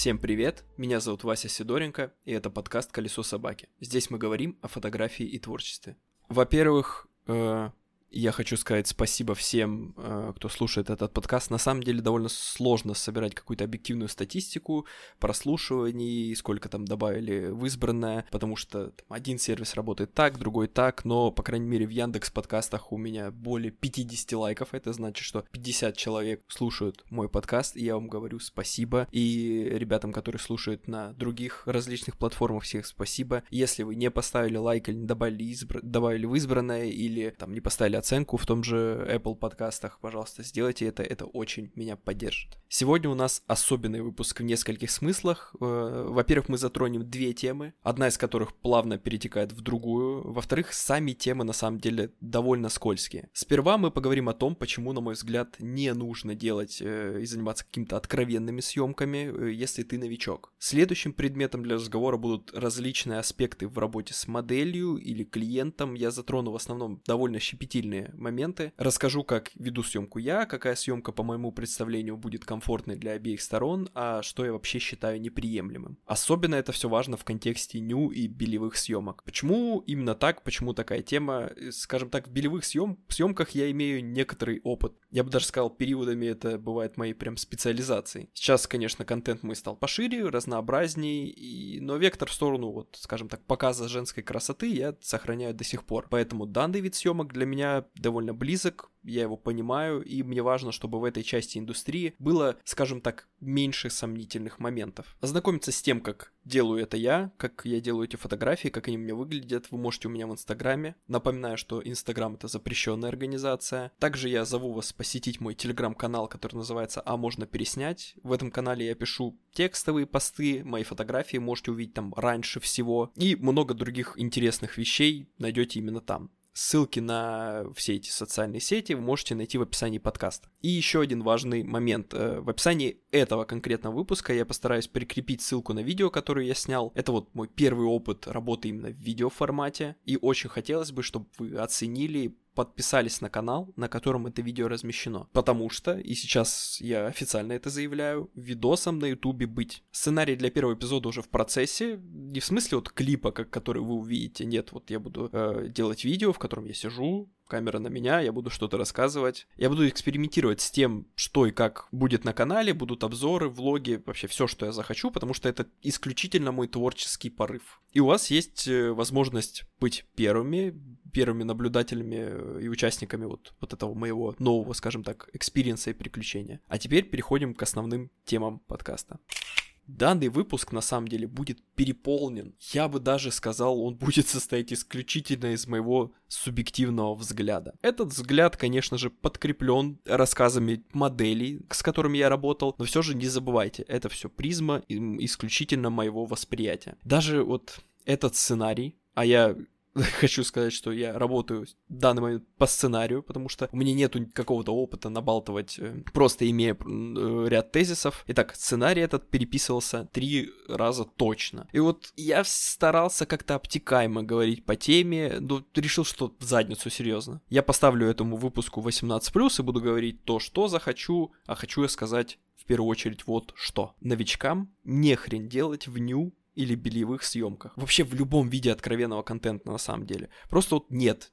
Всем привет, меня зовут Вася Сидоренко, и это подкаст «Колесо собаки». Здесь мы говорим о фотографии и творчестве. Во-первых, я хочу сказать спасибо всем, кто слушает этот подкаст. На самом деле довольно сложно собирать какую-то объективную статистику прослушиваний, сколько там добавили в избранное, потому что там, один сервис работает так, другой так, но, по крайней мере, в Яндекс.Подкастах у меня более 50 лайков, это значит, что 50 человек слушают мой подкаст, и я вам говорю спасибо, и ребятам, которые слушают на других различных платформах, всех спасибо. Если вы не поставили лайк или не добавили в избранное, или там не поставили оценку в том же Apple подкастах, пожалуйста, сделайте это очень меня поддержит. Сегодня у нас особенный выпуск в нескольких смыслах. Во-первых, мы затронем две темы, одна из которых плавно перетекает в другую. Во-вторых, сами темы на самом деле довольно скользкие. Сперва мы поговорим о том, почему, на мой взгляд, не нужно делать и заниматься какими-то откровенными съемками, если ты новичок. Следующим предметом для разговора будут различные аспекты в работе с моделью или клиентом. Я затрону в основном довольно щепетильные моменты. Расскажу, как веду съемку я, какая съемка, по моему представлению, будет комфортной для обеих сторон, а что я вообще считаю неприемлемым. Особенно это все важно в контексте ню и белевых съемок. Почему именно так, почему такая тема? Скажем так, в белевых съемках я имею некоторый опыт. Я бы даже сказал, периодами это бывает моей прям специализацией. Сейчас, конечно, контент мой стал пошире, разнообразней, но вектор в сторону, вот, скажем так, показа женской красоты я сохраняю до сих пор. Поэтому данный вид съемок для меня довольно близок, я его понимаю, и мне важно, чтобы в этой части индустрии было, скажем так, меньше сомнительных моментов. Ознакомиться с тем, как делаю это я, как я делаю эти фотографии, как они у меня выглядят, вы можете у меня в Инстаграме. Напоминаю, что Инстаграм — это запрещенная организация. Также я зову вас посетить мой Телеграм-канал, который называется «А можно переснять». В этом канале я пишу текстовые посты, мои фотографии можете увидеть там раньше всего, и много других интересных вещей найдете именно там. Ссылки на все эти социальные сети вы можете найти в описании подкаста. И еще один важный момент. В описании этого конкретного выпуска я постараюсь прикрепить ссылку на видео, которое я снял. Это вот мой первый опыт работы именно в видеоформате. И очень хотелось бы, чтобы вы оценили, подписались на канал, на котором это видео размещено. Потому что, и сейчас я официально это заявляю, видосом на ютубе быть. Сценарий для первого эпизода уже в процессе. Не в смысле вот клипа, который вы увидите. Нет, вот я буду делать видео, в котором я сижу, камера на меня, я буду что-то рассказывать. Я буду экспериментировать с тем, что и как будет на канале, будут обзоры, влоги, вообще все, что я захочу, потому что это исключительно мой творческий порыв. И у вас есть возможность быть первыми наблюдателями и участниками вот этого моего нового, скажем так, экспириенса и приключения. А теперь переходим к основным темам подкаста. Данный выпуск, на самом деле, будет переполнен. Я бы даже сказал, он будет состоять исключительно из моего субъективного взгляда. Этот взгляд, конечно же, подкреплен рассказами моделей, с которыми я работал, но все же не забывайте, это все призма исключительно моего восприятия. Даже вот этот сценарий, а я хочу сказать, что я работаю в данный момент по сценарию, потому что у меня нету какого-то опыта набалтывать, просто имея ряд тезисов. Итак, сценарий этот переписывался 3 раза точно. И вот я старался как-то обтекаемо говорить по теме, но решил, что в задницу, серьезно. Я поставлю этому выпуску 18+, и буду говорить то, что захочу, а хочу я сказать в первую очередь вот что. Новичкам нехрен делать в ню или белевых съемках. Вообще в любом виде откровенного контента на самом деле. Просто вот нет,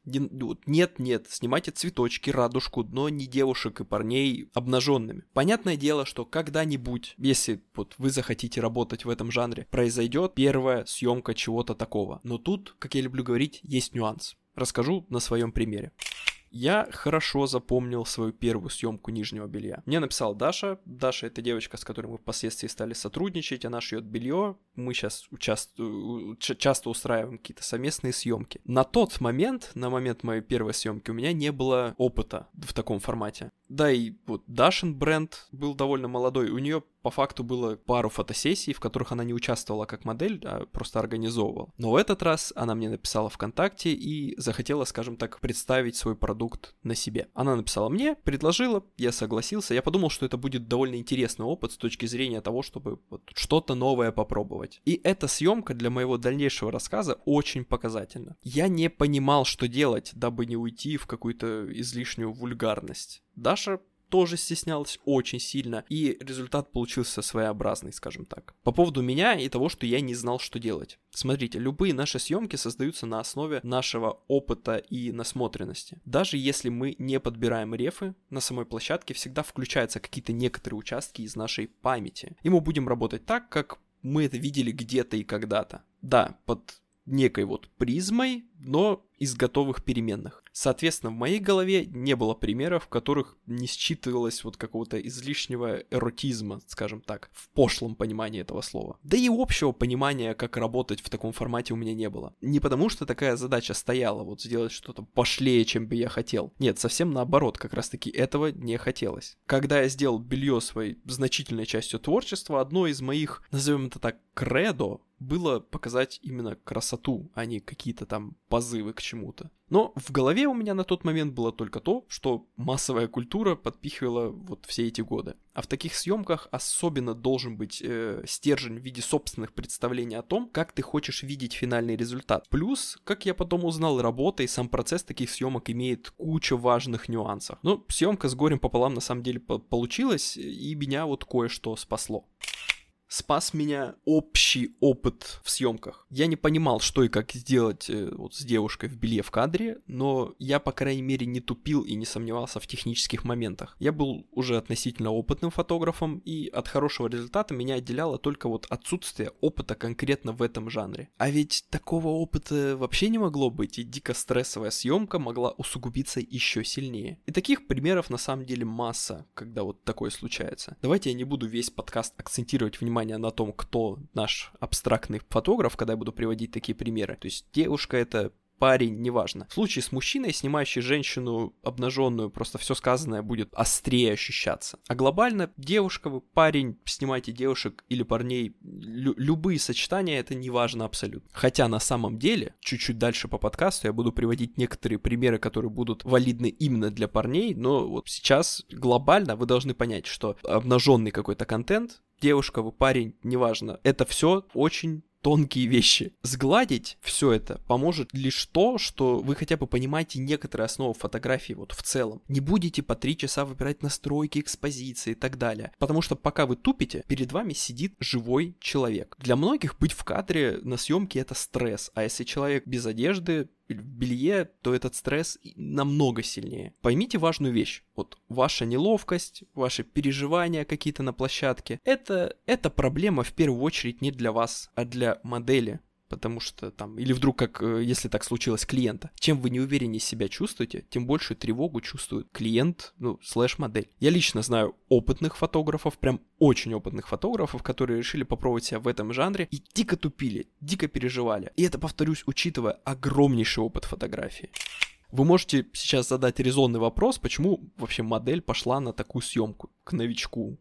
снимайте цветочки, радужку, но не девушек и парней обнаженными. Понятное дело, что когда-нибудь, если вот вы захотите работать в этом жанре, произойдет первая съемка чего-то такого. Но тут, как я люблю говорить, есть нюанс. Расскажу на своем примере. Я хорошо запомнил свою первую съемку нижнего белья. Мне написала Даша. Даша — это девочка, с которой мы впоследствии стали сотрудничать. Она шьет белье. Мы сейчас часто устраиваем какие-то совместные съемки. На тот момент, на момент моей первой съемки, у меня не было опыта в таком формате. Да и вот Дашин бренд был довольно молодой. У нее по факту было пару фотосессий, в которых она не участвовала как модель, а просто организовывала. Но в этот раз она мне написала ВКонтакте и захотела, скажем так, представить свой продукт на себе. Она написала мне, предложила, я согласился. Я подумал, что это будет довольно интересный опыт с точки зрения того, чтобы вот что-то новое попробовать. И эта съемка для моего дальнейшего рассказа очень показательна. Я не понимал, что делать, дабы не уйти в какую-то излишнюю вульгарность. Даша тоже стеснялась очень сильно, и результат получился своеобразный, скажем так. По поводу меня и того, что я не знал, что делать. Смотрите, любые наши съемки создаются на основе нашего опыта и насмотренности. Даже если мы не подбираем рефы, на самой площадке всегда включаются какие-то некоторые участки из нашей памяти. И мы будем работать так, как мы это видели где-то и когда-то. Да, под некой вот призмой, но из готовых переменных. Соответственно, в моей голове не было примеров, в которых не считывалось вот какого-то излишнего эротизма, скажем так, в пошлом понимании этого слова. Да и общего понимания, как работать в таком формате, у меня не было. Не потому, что такая задача стояла, вот сделать что-то пошлее, чем бы я хотел. Нет, совсем наоборот, как раз-таки этого не хотелось. Когда я сделал белье своей значительной частью творчества, одно из моих, назовем это так, кредо, было показать именно красоту, а не какие-то там позывы к чему-то. Но в голове у меня на тот момент было только то, что массовая культура подпихивала вот все эти годы. А в таких съемках особенно должен быть стержень в виде собственных представлений о том, как ты хочешь видеть финальный результат. Плюс, как я потом узнал, работа и сам процесс таких съемок имеет кучу важных нюансов. Но съемка с горем пополам на самом деле получилась, и меня вот кое-что спасло. Спас меня общий опыт в съемках. Я не понимал, что и как сделать вот с девушкой в белье в кадре, но я, по крайней мере, не тупил и не сомневался в технических моментах. Я был уже относительно опытным фотографом, и от хорошего результата меня отделяло только вот отсутствие опыта конкретно в этом жанре. А ведь такого опыта вообще не могло быть, и дико стрессовая съемка могла усугубиться еще сильнее. И таких примеров на самом деле масса, когда вот такое случается. Давайте я не буду весь подкаст акцентировать внимание на том, кто наш абстрактный фотограф, когда я буду приводить такие примеры. То есть девушка это парень, неважно. В случае с мужчиной, снимающий женщину обнаженную, просто все сказанное будет острее ощущаться. А глобально девушка, вы парень, снимайте девушек или парней, любые сочетания, это не важно абсолютно. Хотя на самом деле, чуть-чуть дальше по подкасту я буду приводить некоторые примеры, которые будут валидны именно для парней, но вот сейчас глобально вы должны понять, что обнаженный какой-то контент, девушка, вы парень, неважно, это все очень тонкие вещи. Сгладить все это поможет лишь то, что вы хотя бы понимаете некоторые основы фотографии вот в целом. Не будете по 3 часа выбирать настройки, экспозиции и так далее. Потому что пока вы тупите, перед вами сидит живой человек. Для многих быть в кадре на съемке это стресс, а если человек без одежды, в белье, то этот стресс намного сильнее. Поймите важную вещь. Вот ваша неловкость, ваши переживания какие-то на площадке, это проблема в первую очередь не для вас, а для модели. Потому что там, или вдруг, как если так случилось, клиента. Чем вы неувереннее себя чувствуете, тем большую тревогу чувствует клиент, слэш-модель. Я лично знаю опытных фотографов, прям очень опытных фотографов, которые решили попробовать себя в этом жанре и дико тупили, дико переживали. И это, повторюсь, учитывая огромнейший опыт фотографии. Вы можете сейчас задать резонный вопрос, почему вообще модель пошла на такую съемку к новичку,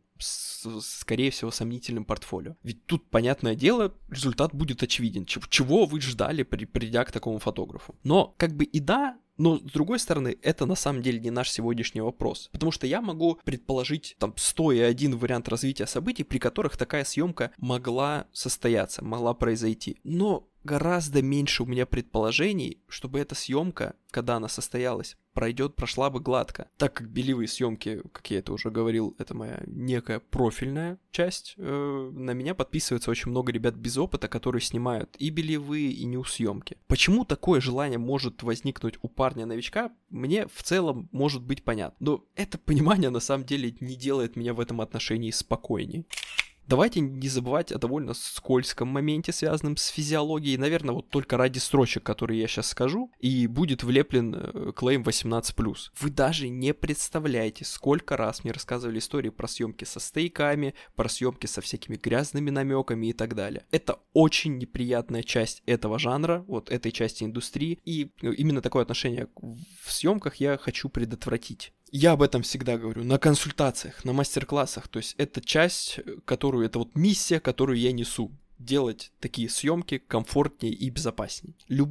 скорее всего, сомнительным портфолио. Ведь тут, понятное дело, результат будет очевиден. Чего вы ждали, придя к такому фотографу? Но, как бы и да, но, с другой стороны, это на самом деле не наш сегодняшний вопрос. Потому что я могу предположить там 101 вариант развития событий, при которых такая съемка могла состояться, могла произойти. Но гораздо меньше у меня предположений, чтобы эта съемка, когда она состоялась, прошла бы гладко. Так как белевые съемки, как я это уже говорил, это моя некая профильная часть, на меня подписывается очень много ребят без опыта, которые снимают и белевые, и нюд-съемки. Почему такое желание может возникнуть у парня-новичка, мне в целом может быть понятно. Но это понимание на самом деле не делает меня в этом отношении спокойнее. Давайте не забывать о довольно скользком моменте, связанном с физиологией. Наверное, вот только ради строчек, которые я сейчас скажу, и будет влеплен клейм 18+. Вы даже не представляете, сколько раз мне рассказывали истории про съемки со стейками, про съемки со всякими грязными намеками и так далее. Это очень неприятная часть этого жанра, вот этой части индустрии, и именно такое отношение в съемках я хочу предотвратить. Я об этом всегда говорю на консультациях, на мастер-классах, то есть это часть, это вот миссия, которую я несу. Делать такие съемки комфортнее и безопаснее. Любое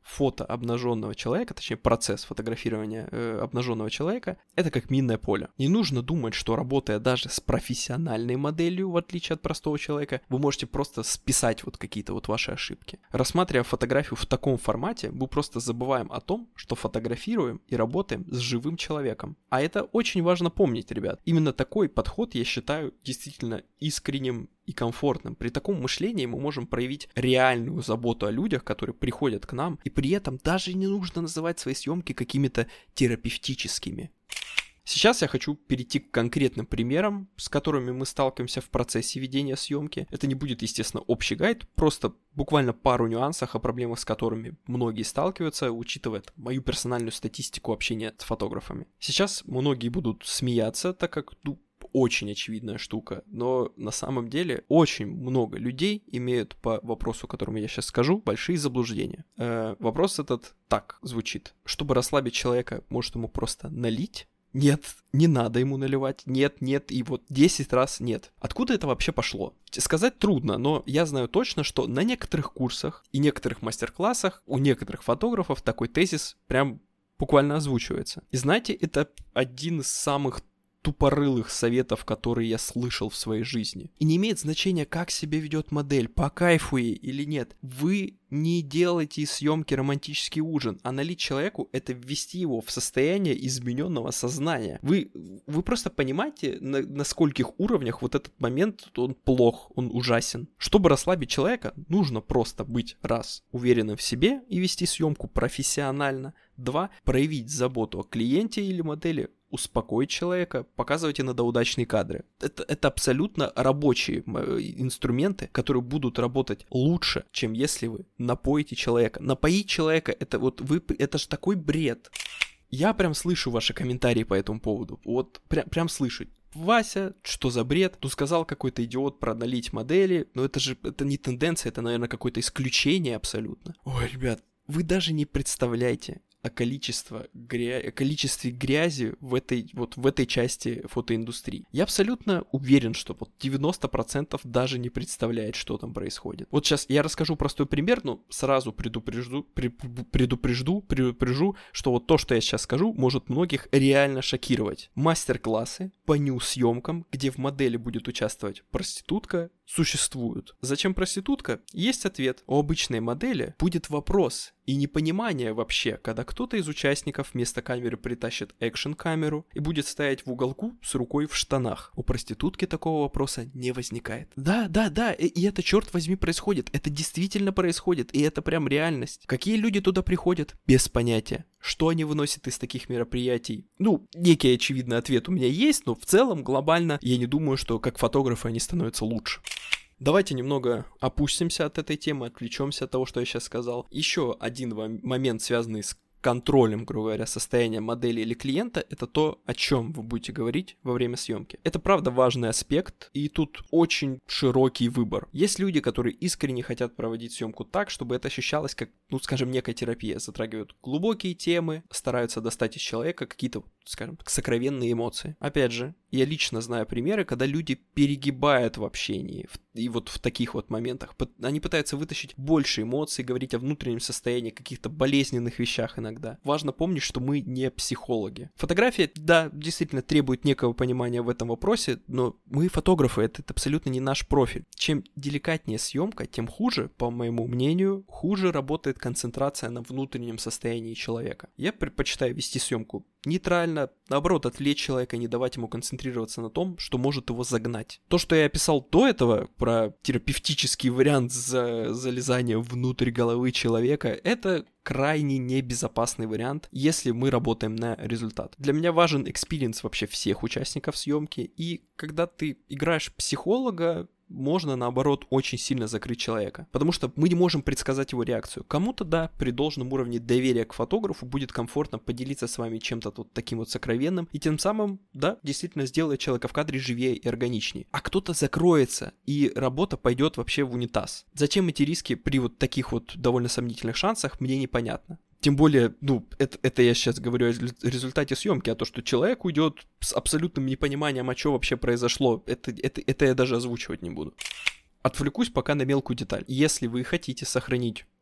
фото обнаженного человека, точнее процесс фотографирования обнаженного человека, это как минное поле. Не нужно думать, что работая даже с профессиональной моделью, в отличие от простого человека, вы можете просто списать вот какие-то вот ваши ошибки. Рассматривая фотографию в таком формате, мы просто забываем о том, что фотографируем и работаем с живым человеком. А это очень важно помнить, ребят. Именно такой подход я считаю действительно искренним и комфортным. При таком мышлении мы можем проявить реальную заботу о людях, которые приходят к нам, и при этом даже не нужно называть свои съемки какими-то терапевтическими. Сейчас я хочу перейти к конкретным примерам, с которыми мы сталкиваемся в процессе ведения съемки. Это не будет, естественно, общий гайд, просто буквально пару нюансов о проблемах, с которыми многие сталкиваются, учитывая мою персональную статистику общения с фотографами. Сейчас многие будут смеяться, так как, очень очевидная штука, но на самом деле очень много людей имеют по вопросу, которому я сейчас скажу, большие заблуждения. Вопрос этот так звучит. Чтобы расслабить человека, может ему просто налить? Нет, не надо ему наливать. Нет, и вот 10 раз нет. Откуда это вообще пошло? Сказать трудно, но я знаю точно, что на некоторых курсах и некоторых мастер-классах у некоторых фотографов такой тезис прям буквально озвучивается. И знаете, это один из самых тупорылых советов, которые я слышал в своей жизни. И не имеет значения, как себя ведет модель, по кайфу ей или нет. Вы не делайте из съемки романтический ужин, а налить человеку — это ввести его в состояние измененного сознания. Вы просто понимаете, на скольких уровнях вот этот момент, он плох, он ужасен. Чтобы расслабить человека, нужно просто быть, раз, уверенным в себе и вести съемку профессионально, два, проявить заботу о клиенте или модели, успокоить человека, показывать иногда удачные кадры. Это абсолютно рабочие инструменты, которые будут работать лучше, чем если вы напоите человека. Напоить человека, это же такой бред. Я прям слышу ваши комментарии по этому поводу. Вот прям слышу. Вася, что за бред? Тут сказал какой-то идиот про налить модели. Но это не тенденция, это, наверное, какое-то исключение абсолютно. Ой, ребят, вы даже не представляете о количестве грязи в этой части фотоиндустрии. Я абсолютно уверен, что 90% даже не представляет, что там происходит. Вот сейчас я расскажу простой пример, но сразу предупрежу, что вот то, что я сейчас скажу, может многих реально шокировать. Мастер-классы по нью-съемкам, где в модели будет участвовать проститутка, существуют. Зачем проститутка? Есть ответ. У обычной модели будет вопрос и непонимание вообще, когда кто-то из участников вместо камеры притащит экшн-камеру и будет стоять в уголку с рукой в штанах. У проститутки такого вопроса не возникает. Да, и это, черт возьми, происходит. Это действительно происходит, и это прям реальность. Какие люди туда приходят? Без понятия. Что они выносят из таких мероприятий? Некий очевидный ответ у меня есть, но в целом, глобально, я не думаю, что как фотографы они становятся лучше. Давайте немного опустимся от этой темы, отвлечемся от того, что я сейчас сказал. Еще один момент, связанный с контролем, грубо говоря, состояния модели или клиента, это то, о чем вы будете говорить во время съемки. Это правда важный аспект, и тут очень широкий выбор. Есть люди, которые искренне хотят проводить съемку так, чтобы это ощущалось как, скажем, некая терапия, затрагивают глубокие темы, стараются достать из человека какие-то, скажем так, сокровенные эмоции. Опять же, я лично знаю примеры, когда люди перегибают в общении, и вот в таких вот моментах. Они пытаются вытащить больше эмоций, говорить о внутреннем состоянии, каких-то болезненных вещах иногда. Важно помнить, что мы не психологи. Фотография, да, действительно требует некого понимания в этом вопросе, но мы фотографы, это абсолютно не наш профиль. Чем деликатнее съемка, тем хуже, по моему мнению, хуже работает концентрация на внутреннем состоянии человека. Я предпочитаю вести съемку нейтрально, наоборот, отвлечь человека, не давать ему концентрироваться на том, что может его загнать. То, что я описал до этого, про терапевтический вариант залезания внутрь головы человека, это крайне небезопасный вариант, если мы работаем на результат. Для меня важен экспириенс вообще всех участников съемки, и когда ты играешь психолога, можно, наоборот, очень сильно закрыть человека. Потому что мы не можем предсказать его реакцию. Кому-то, да, при должном уровне доверия к фотографу будет комфортно поделиться с вами чем-то вот таким вот сокровенным, и тем самым, да, действительно сделает человека в кадре живее и органичнее. А кто-то закроется, и работа пойдет вообще в унитаз. Зачем эти риски при вот таких вот довольно сомнительных шансах, мне непонятно. Тем более, это я сейчас говорю о результате съемки, а то, что человек уйдет с абсолютным непониманием, о чем вообще произошло, это я даже озвучивать не буду. Отвлекусь пока на мелкую деталь. Если вы хотите сохранить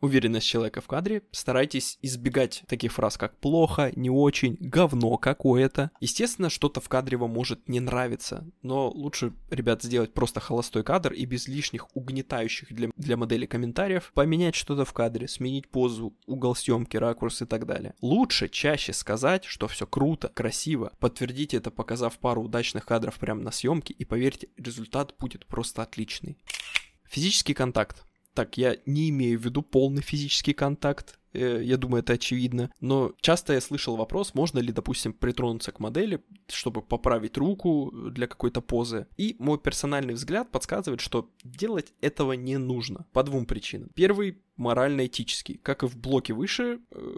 уверенность человека в кадре. Старайтесь избегать таких фраз, как «плохо», «не очень», «говно какое-то». Естественно, что-то в кадре вам может не нравиться, но лучше, ребят, сделать просто холостой кадр и без лишних угнетающих для модели комментариев поменять что-то в кадре, сменить позу, угол съемки, ракурс и так далее. Лучше чаще сказать, что все круто, красиво. Подтвердите это, показав пару удачных кадров прямо на съемке, и поверьте, результат будет просто отличный. Физический контакт. Так, я не имею в виду полный физический контакт, я думаю, это очевидно, но часто я слышал вопрос, можно ли, допустим, притронуться к модели, чтобы поправить руку для какой-то позы, и мой персональный взгляд подсказывает, что делать этого не нужно по двум причинам. Первый – морально-этический. Как и в блоке выше,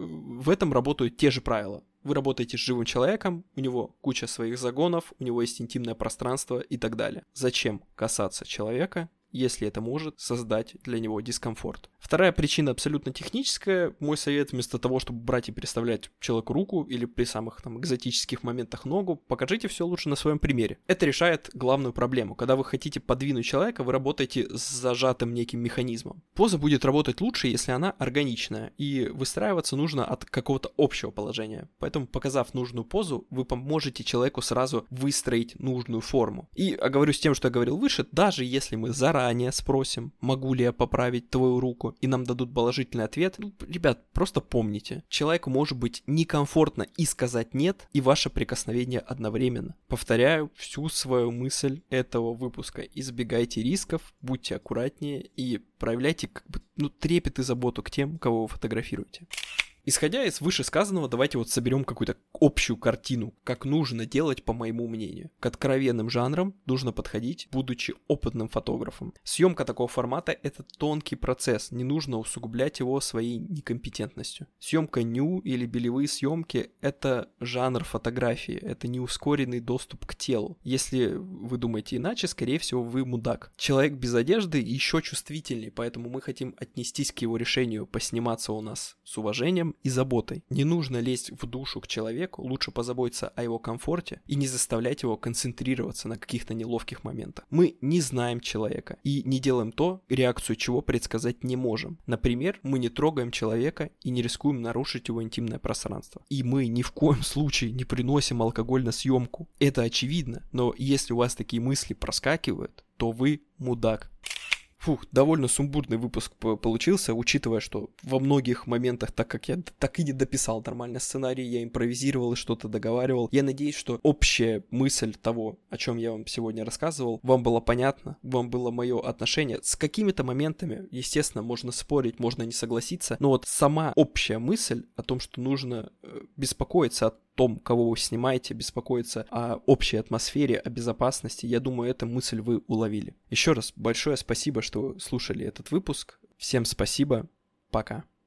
в этом работают те же правила. Вы работаете с живым человеком, у него куча своих загонов, у него есть интимное пространство и так далее. Зачем касаться человека, если это может создать для него дискомфорт? Вторая причина абсолютно техническая. Мой совет: вместо того, чтобы брать и переставлять человеку руку или при самых экзотических моментах ногу, покажите все лучше на своем примере. Это решает главную проблему. Когда вы хотите подвинуть человека, вы работаете с зажатым неким механизмом. Поза будет работать лучше, если она органичная, и выстраиваться нужно от какого-то общего положения. Поэтому, показав нужную позу, вы поможете человеку сразу выстроить нужную форму. И оговорюсь тем, что я говорил выше, даже если мы заранее спросим, могу ли я поправить твою руку, и нам дадут положительный ответ, ребят, просто помните, человеку может быть некомфортно и сказать нет, и ваше прикосновение одновременно. Повторяю всю свою мысль этого выпуска: избегайте рисков, будьте аккуратнее и проявляйте трепет и заботу к тем, кого вы фотографируете. Исходя из вышесказанного, давайте соберем какую-то общую картину, как нужно делать, по моему мнению. К откровенным жанрам нужно подходить, будучи опытным фотографом. Съемка такого формата — это тонкий процесс, не нужно усугублять его своей некомпетентностью. Съемка ню или белевые съемки — это жанр фотографии, это не ускоренный доступ к телу. Если вы думаете иначе, скорее всего, вы мудак. Человек без одежды еще чувствительнее, поэтому мы хотим отнестись к его решению посниматься у нас с уважением и заботой. Не нужно лезть в душу к человеку, лучше позаботиться о его комфорте и не заставлять его концентрироваться на каких-то неловких моментах. Мы не знаем человека и не делаем то, реакцию чего предсказать не можем. Например, мы не трогаем человека и не рискуем нарушить его интимное пространство. И мы ни в коем случае не приносим алкоголь на съемку. Это очевидно, но если у вас такие мысли проскакивают, то вы мудак. Довольно сумбурный выпуск получился, учитывая, что во многих моментах, так как я так и не дописал нормально сценарий, я импровизировал и что-то договаривал. Я надеюсь, что общая мысль того, о чем я вам сегодня рассказывал, вам была понятна, вам было мое отношение. С какими-то моментами, естественно, можно спорить, можно не согласиться, но сама общая мысль о том, что нужно беспокоиться о том, кого вы снимаете, беспокоиться о общей атмосфере, о безопасности, я думаю, эту мысль вы уловили. Еще раз большое спасибо, что слушали этот выпуск. Всем спасибо. Пока.